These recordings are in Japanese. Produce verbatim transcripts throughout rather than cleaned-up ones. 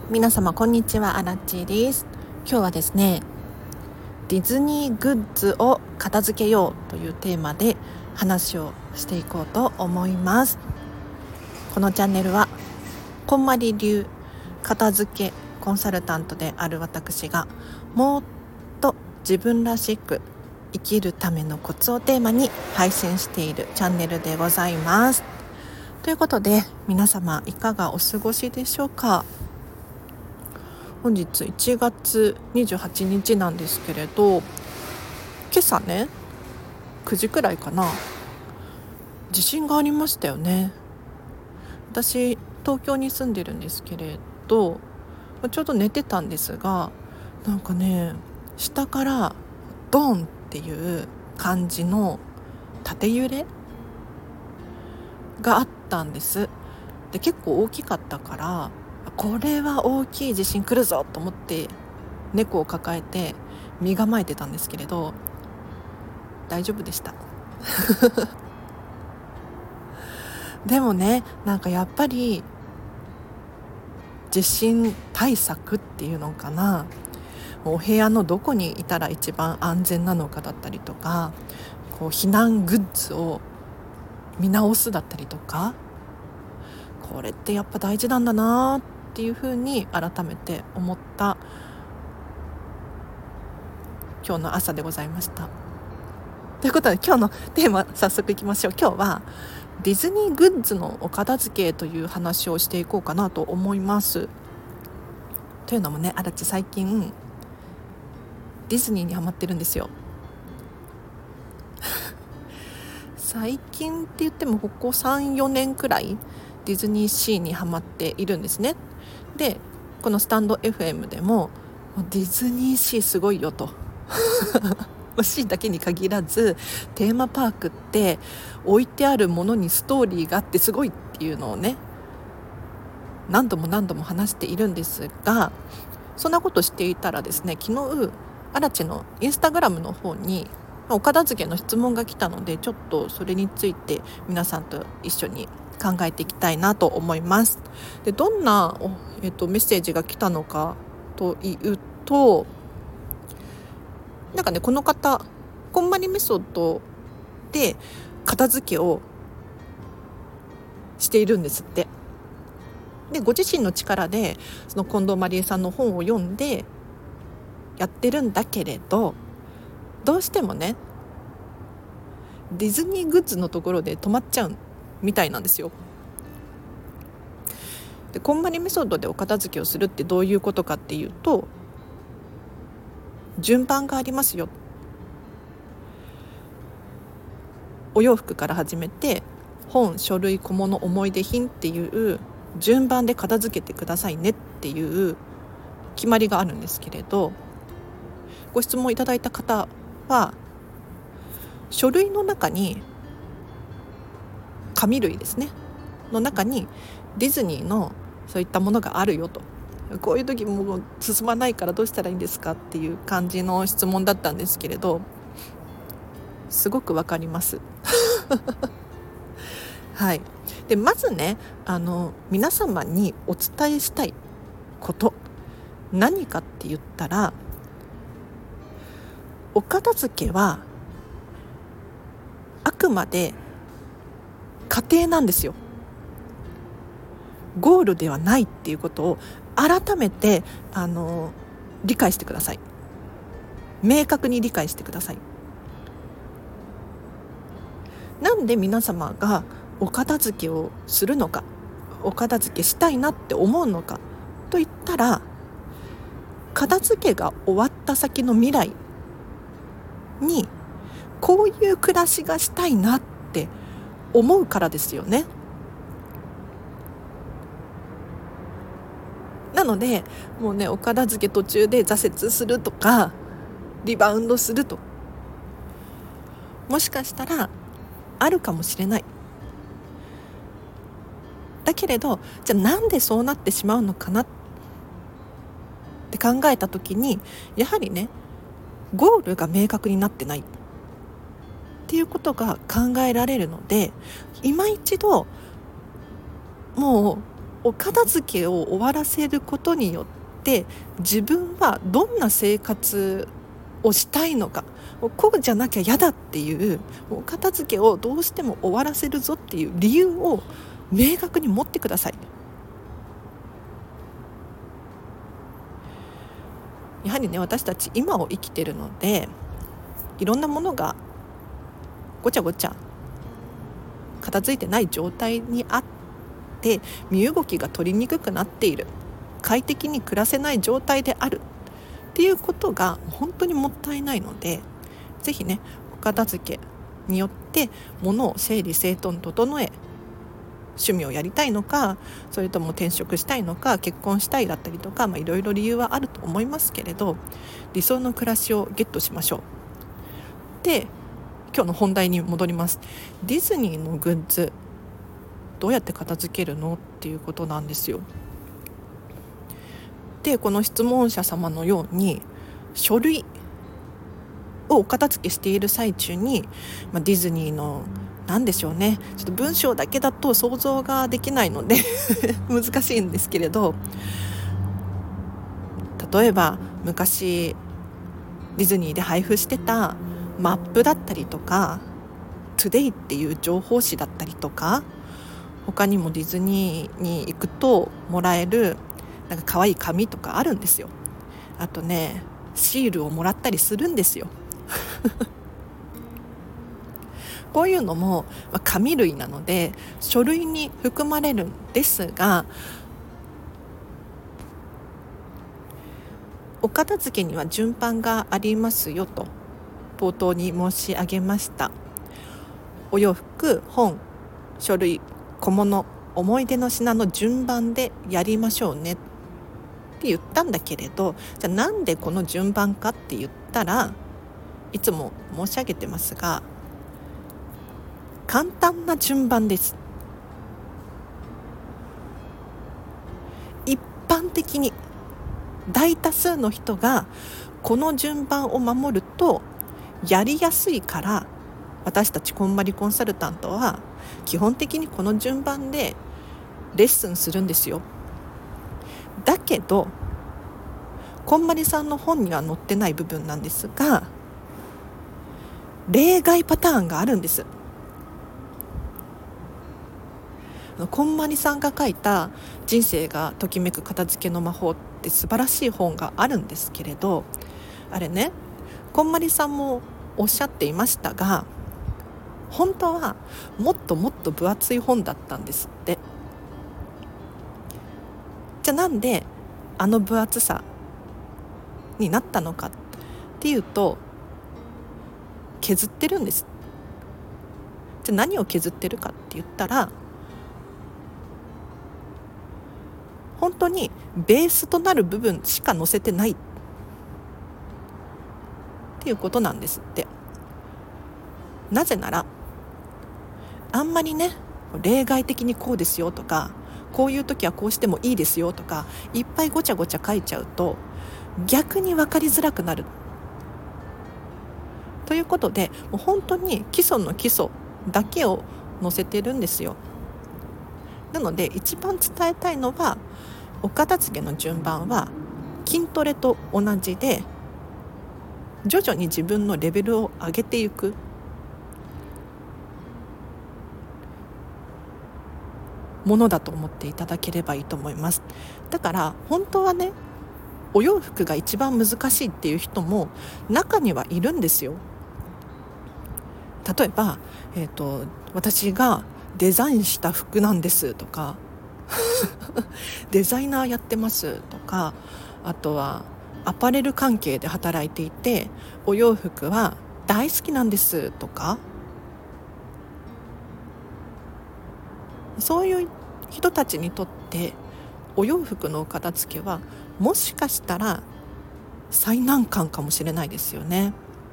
皆様こんにちは、アラッチです。今日はですね、ディズニーグッズを片付けようというテーマで話をしていこうと思います。このチャンネルはこんまり流片付けコンサルタントである私がもっと自分らしく生きるためのコツをテーマに配信しているチャンネルでございます。ということで、皆様いかがお過ごしでしょうか。本日いちがつにじゅうはちにちなんですけれど、今朝ねくじくらいかな、地震がありましたよね。私東京に住んでるんですけれど、ちょうど寝てたんですが、なんかね下からドンっていう感じの縦揺れがあったんです。で結構大きかったから、これは大きい地震来るぞと思って猫を抱えて身構えてたんですけれど、大丈夫でしたでもね、なんかやっぱり地震対策っていうのかな、お部屋のどこにいたら一番安全なのかだったりとか、こう避難グッズを見直すだったりとか、これってやっぱ大事なんだなっていうふうに改めて思った今日の朝でございました。ということで、今日のテーマ早速いきましょう。今日はディズニーグッズのお片付けという話をしていこうかなと思います。というのもね、あらち最近ディズニーにハマってるんですよ最近って言ってもここ さん,よ 年くらいディズニーシーにハマっているんですね。でこのスタンド エフエム でもディズニーシーすごいよとシーだけに限らず、テーマパークって置いてあるものにストーリーがあってすごいっていうのをね、何度も何度も話しているんですが、そんなことしていたらですね、昨日アラチのインスタグラムの方にお片付けの質問が来たので、ちょっとそれについて皆さんと一緒に考えていきたいなと思います。でどんな、えっと、メッセージが来たのかというと、なんかね、この方こんまりメソッドで片付けをしているんですって。でご自身の力でその近藤まりえさんの本を読んでやってるんだけれど、どうしてもねディズニーグッズのところで止まっちゃうみたいなんですよ。でこんまりメソッドでお片付けをするってどういうことかっていうと、順番がありますよ。お洋服から始めて本、書類、小物、思い出品っていう順番で片付けてくださいねっていう決まりがあるんですけれど、ご質問いただいた方は書類の中に、紙類ですねの中にディズニーのそういったものがあるよと、こういう時もう進まないからどうしたらいいんですかっていう感じの質問だったんですけれど、すごくわかりますはい。でまずね、あの皆様にお伝えしたいこと何かって言ったら、お片付けはあくまで過程なんですよ。ゴールではないっていうことを改めてあの理解してください。明確に理解してください。なんで皆様がお片付けをするのか、お片付けしたいなって思うのかといったら、片付けが終わった先の未来にこういう暮らしがしたいなって思うからですよね。なのでもうね、お片付け途中で挫折するとかリバウンドすると、もしかしたらあるかもしれない。だけれど、じゃあなんでそうなってしまうのかなって考えた時に、やはりねゴールが明確になってないっていうことが考えられるので、今一度もうお片付けを終わらせることによって自分はどんな生活をしたいのか、こうじゃなきゃ嫌だっていうお片付けをどうしても終わらせるぞっていう理由を明確に持ってください。やはりね、私たち今を生きてるので、いろんなものがごちゃごちゃ片付いてない状態にあって、身動きが取りにくくなっている、快適に暮らせない状態であるっていうことが本当にもったいないので、ぜひね、お片付けによって物を整理整頓整え、趣味をやりたいのか、それとも転職したいのか、結婚したいだったりとか、まあ、いろいろ理由はあると思いますけれど、理想の暮らしをゲットしましょう。で、今日の本題に戻ります。ディズニーのグッズどうやって片付けるのっていうことなんですよ。で、この質問者様のように書類をお片付けしている最中に、まあ、ディズニーのなんでしょうね、ちょっと文章だけだと想像ができないので難しいんですけれど、例えば昔ディズニーで配布してたマップだったりとか、トゥデイっていう情報誌だったりとか、他にもディズニーに行くともらえるなんか可愛い紙とかあるんですよ。あとね、シールをもらったりするんですよこういうのも紙類なので書類に含まれるんですが、お片付けには順番がありますよと冒頭に申し上げました。お洋服、本、書類、小物、思い出の品の順番でやりましょうねって言ったんだけれど、じゃあなんでこの順番かって言ったら、いつも申し上げてますが、簡単な順番です。一般的に大多数の人がこの順番を守るとやりやすいから、私たちこんまりコンサルタントは基本的にこの順番でレッスンするんですよ。だけどこんまりさんの本には載ってない部分なんですが、例外パターンがあるんです。こんまりさんが書いた人生がときめく片付けの魔法って素晴らしい本があるんですけれど、あれね、こんまりさんもおっしゃっていましたが、本当はもっともっと分厚い本だったんですって。じゃあなんであの分厚さになったのかっていうと、削ってるんです。じゃあ何を削ってるかって言ったら、本当にベースとなる部分しか載せてないっていうことなんですって。なぜなら、あんまりね、例外的にこうですよとか、こういう時はこうしてもいいですよとか、いっぱいごちゃごちゃ書いちゃうと逆に分かりづらくなるということで、もう本当に基礎の基礎だけを載せてるんですよ。なので一番伝えたいのは、お片付けの順番は筋トレと同じで、徐々に自分のレベルを上げていくものだと思っていただければいいと思います。だから本当はね、お洋服が一番難しいっていう人も中にはいるんですよ。例えば、えーと、私がデザインした服なんですとかデザイナーやってますとか、あとはアパレル関係で働いていてお洋服は大好きなんですとか、そういう人たちにとってお洋服の片付けはもしかしたら最難関かもしれないですよね。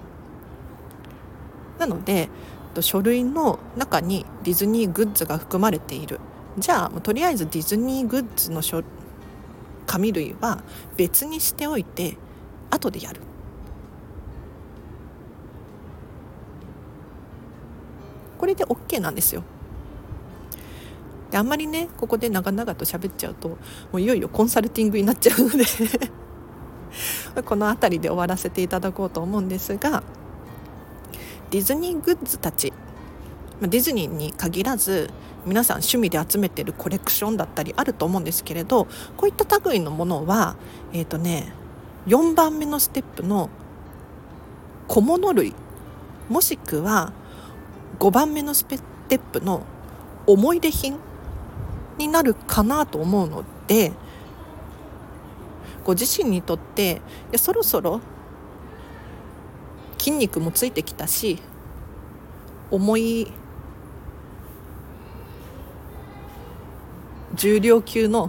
なので書類の中にディズニーグッズが含まれている。じゃあとりあえずディズニーグッズの書紙類は別にしておいて後でやる。これで OK なんですよ。 であんまりねここで長々と喋っちゃうともういよいよコンサルティングになっちゃうのでこの辺りで終わらせていただこうと思うんですが、ディズニーグッズたち、ディズニーに限らず皆さん趣味で集めてるコレクションだったりあると思うんですけれど、こういった類のものはえーとねよんばんめのステップの小物類、もしくはごばんめのステップの思い出品になるかなと思うので、ご自身にとっていやそろそろ筋肉もついてきたし、重い重量級の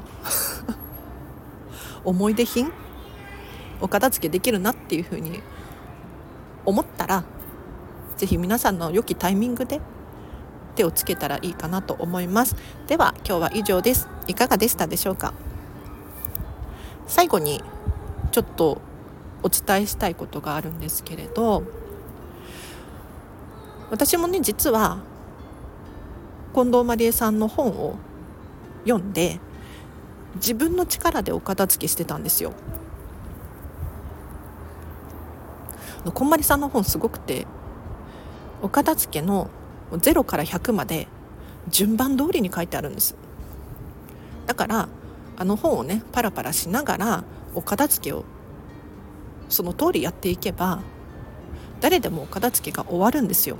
思い出品お片付けできるなっていうふうに思ったら、ぜひ皆さんの良きタイミングで手をつけたらいいかなと思います。では今日は以上です。いかがでしたでしょうか。最後にちょっとお伝えしたいことがあるんですけれど、私もね実は近藤まりえさんの本を読んで自分の力でお片付けしてたんですよ。こんまりさんの本すごくて、お片付けのゼロからひゃくまで順番通りに書いてあるんです。だからあの本をねパラパラしながらお片付けをその通りやっていけば誰でもお片付けが終わるんですよ。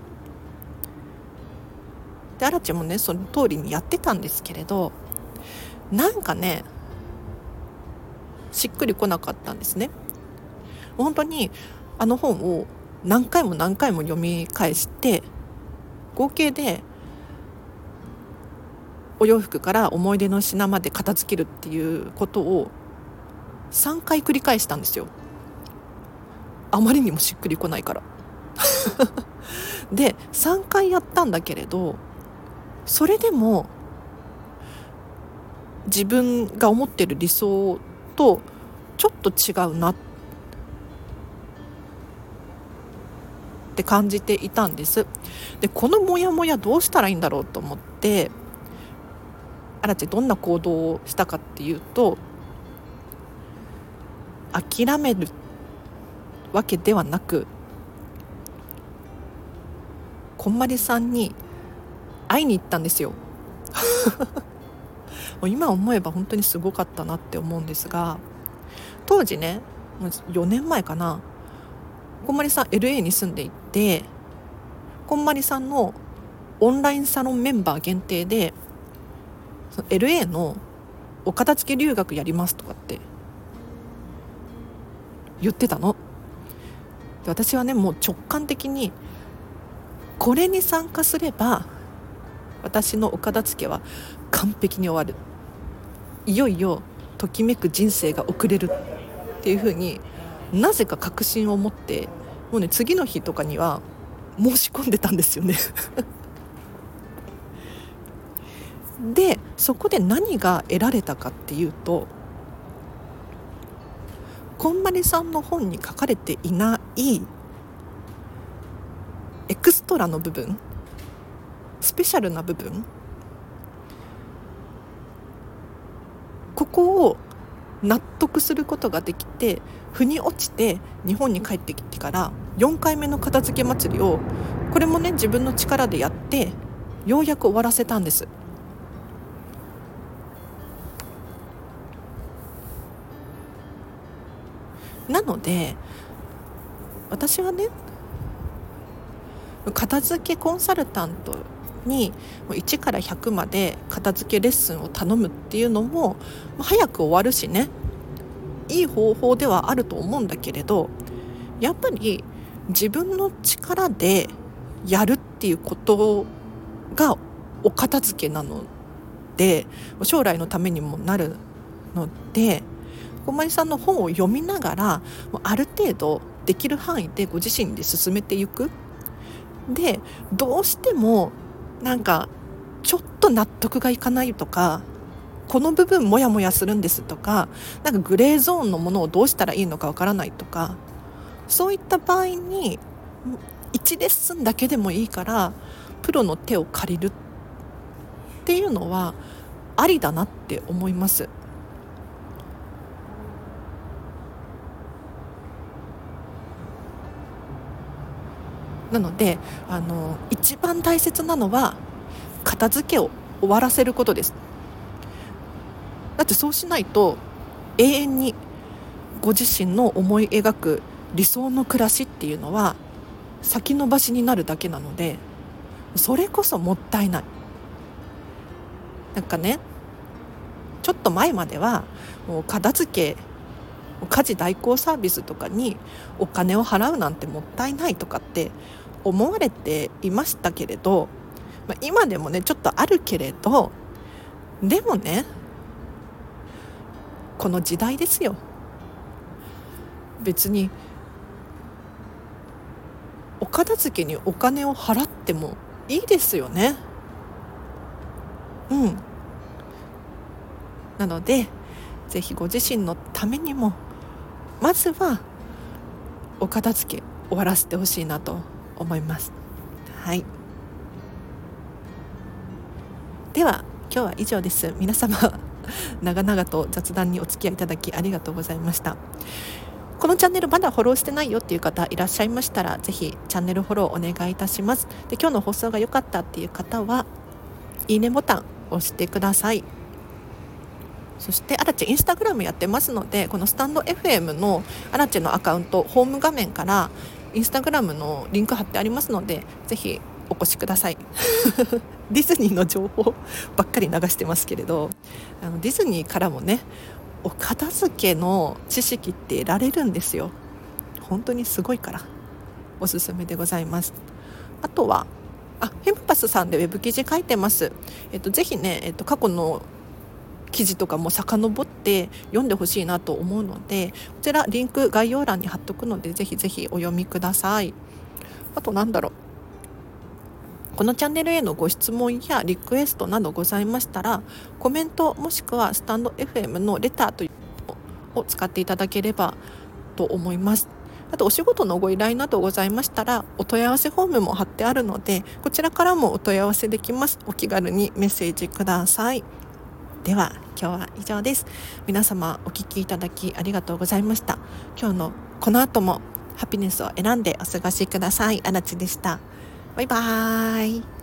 で、あらちもねその通りにやってたんですけれど、なんかねしっくりこなかったんですね。本当にあの本を何回も何回も読み返して合計でお洋服から思い出の品まで片付けるっていうことをさんかい繰り返したんですよ。あまりにもしっくりこないからでさんかいやったんだけれど、それでも自分が思ってる理想とちょっと違うなって感じていたんです。でこのモヤモヤどうしたらいいんだろうと思って、あらちどんな行動をしたかっていうと、諦めるわけではなくこんまりさんに会いに行ったんですよもう今思えば本当にすごかったなって思うんですが、当時ねもうよねんまえかな、こんまりさん エルエー に住んでいて、こんまりさんのオンラインサロンメンバー限定で エルエー のお片付け留学やりますとかって言ってたの。で私はねもう直感的にこれに参加すれば私のお片付けは完璧に終わる、いよいよときめく人生が送れるっていうふうになぜか確信を持って、もうね次の日とかには申し込んでたんですよねでそこで何が得られたかっていうと、こんまりさんの本に書かれていないエクストラの部分、スペシャルな部分、ここを納得することができて、腑に落ちて日本に帰ってきてからよんかいめの片付け祭りをこれもね自分の力でやってようやく終わらせたんです。なので私はね片付けコンサルタントにいちからひゃくまで片付けレッスンを頼むっていうのも早く終わるしね、いい方法ではあると思うんだけれど、やっぱり自分の力でやるっていうことがお片付けなので、将来のためにもなるので、こんまりさんの本を読みながらある程度できる範囲でご自身で進めていく。でどうしてもなんかちょっと納得がいかないとか、この部分モヤモヤするんですとか、なんかグレーゾーンのものをどうしたらいいのかわからないとか、そういった場合にいちレッスンだけでもいいからプロの手を借りるってっていうのはありだなって思います。なのであの一番大切なのは片付けを終わらせることです。だってそうしないと永遠にご自身の思い描く理想の暮らしっていうのは先延ばしになるだけなので、それこそもったいない。なんかね、ちょっと前まではもう片付け家事代行サービスとかにお金を払うなんてもったいないとかって思われていましたけれど、まあ、今でもねちょっとあるけれど、でもねこの時代ですよ。別にお片付けにお金を払ってもいいですよね。うんなのでぜひご自身のためにもまずはお片付け終わらせてほしいなと思います。はい、では今日は以上です。皆様長々と雑談にお付き合いいただきありがとうございました。このチャンネルまだフォローしてないよっていう方いらっしゃいましたら、ぜひチャンネルフォローお願いいたします。で、今日の放送が良かったっていう方はいいねボタンを押してください。そしてアラチェインスタグラムやってますので、このスタンド エフエム のアラチェのアカウントホーム画面からインスタグラムのリンク貼ってありますので、ぜひお越しくださいディズニーの情報ばっかり流してますけれど、あのディズニーからもねお片付けの知識って得られるんですよ。本当にすごいからおすすめでございます。あとはあフェムパスさんでウェブ記事書いてます。えっと、ぜひね、えっと、過去の記事とかも遡って読んでほしいなと思うので、こちらリンク概要欄に貼っとくのでぜひぜひお読みください。あとなんだろう、このチャンネルへのご質問やリクエストなどございましたら、コメントもしくはスタンド エフエム のレターというのを使っていただければと思います。あとお仕事のご依頼などございましたらお問い合わせフォームも貼ってあるので、こちらからもお問い合わせできます。お気軽にメッセージください。では今日は以上です。皆様お聞きいただきありがとうございました。今日のこの後もハピネスを選んでお過ごしください。あらちでした。バイバーイ。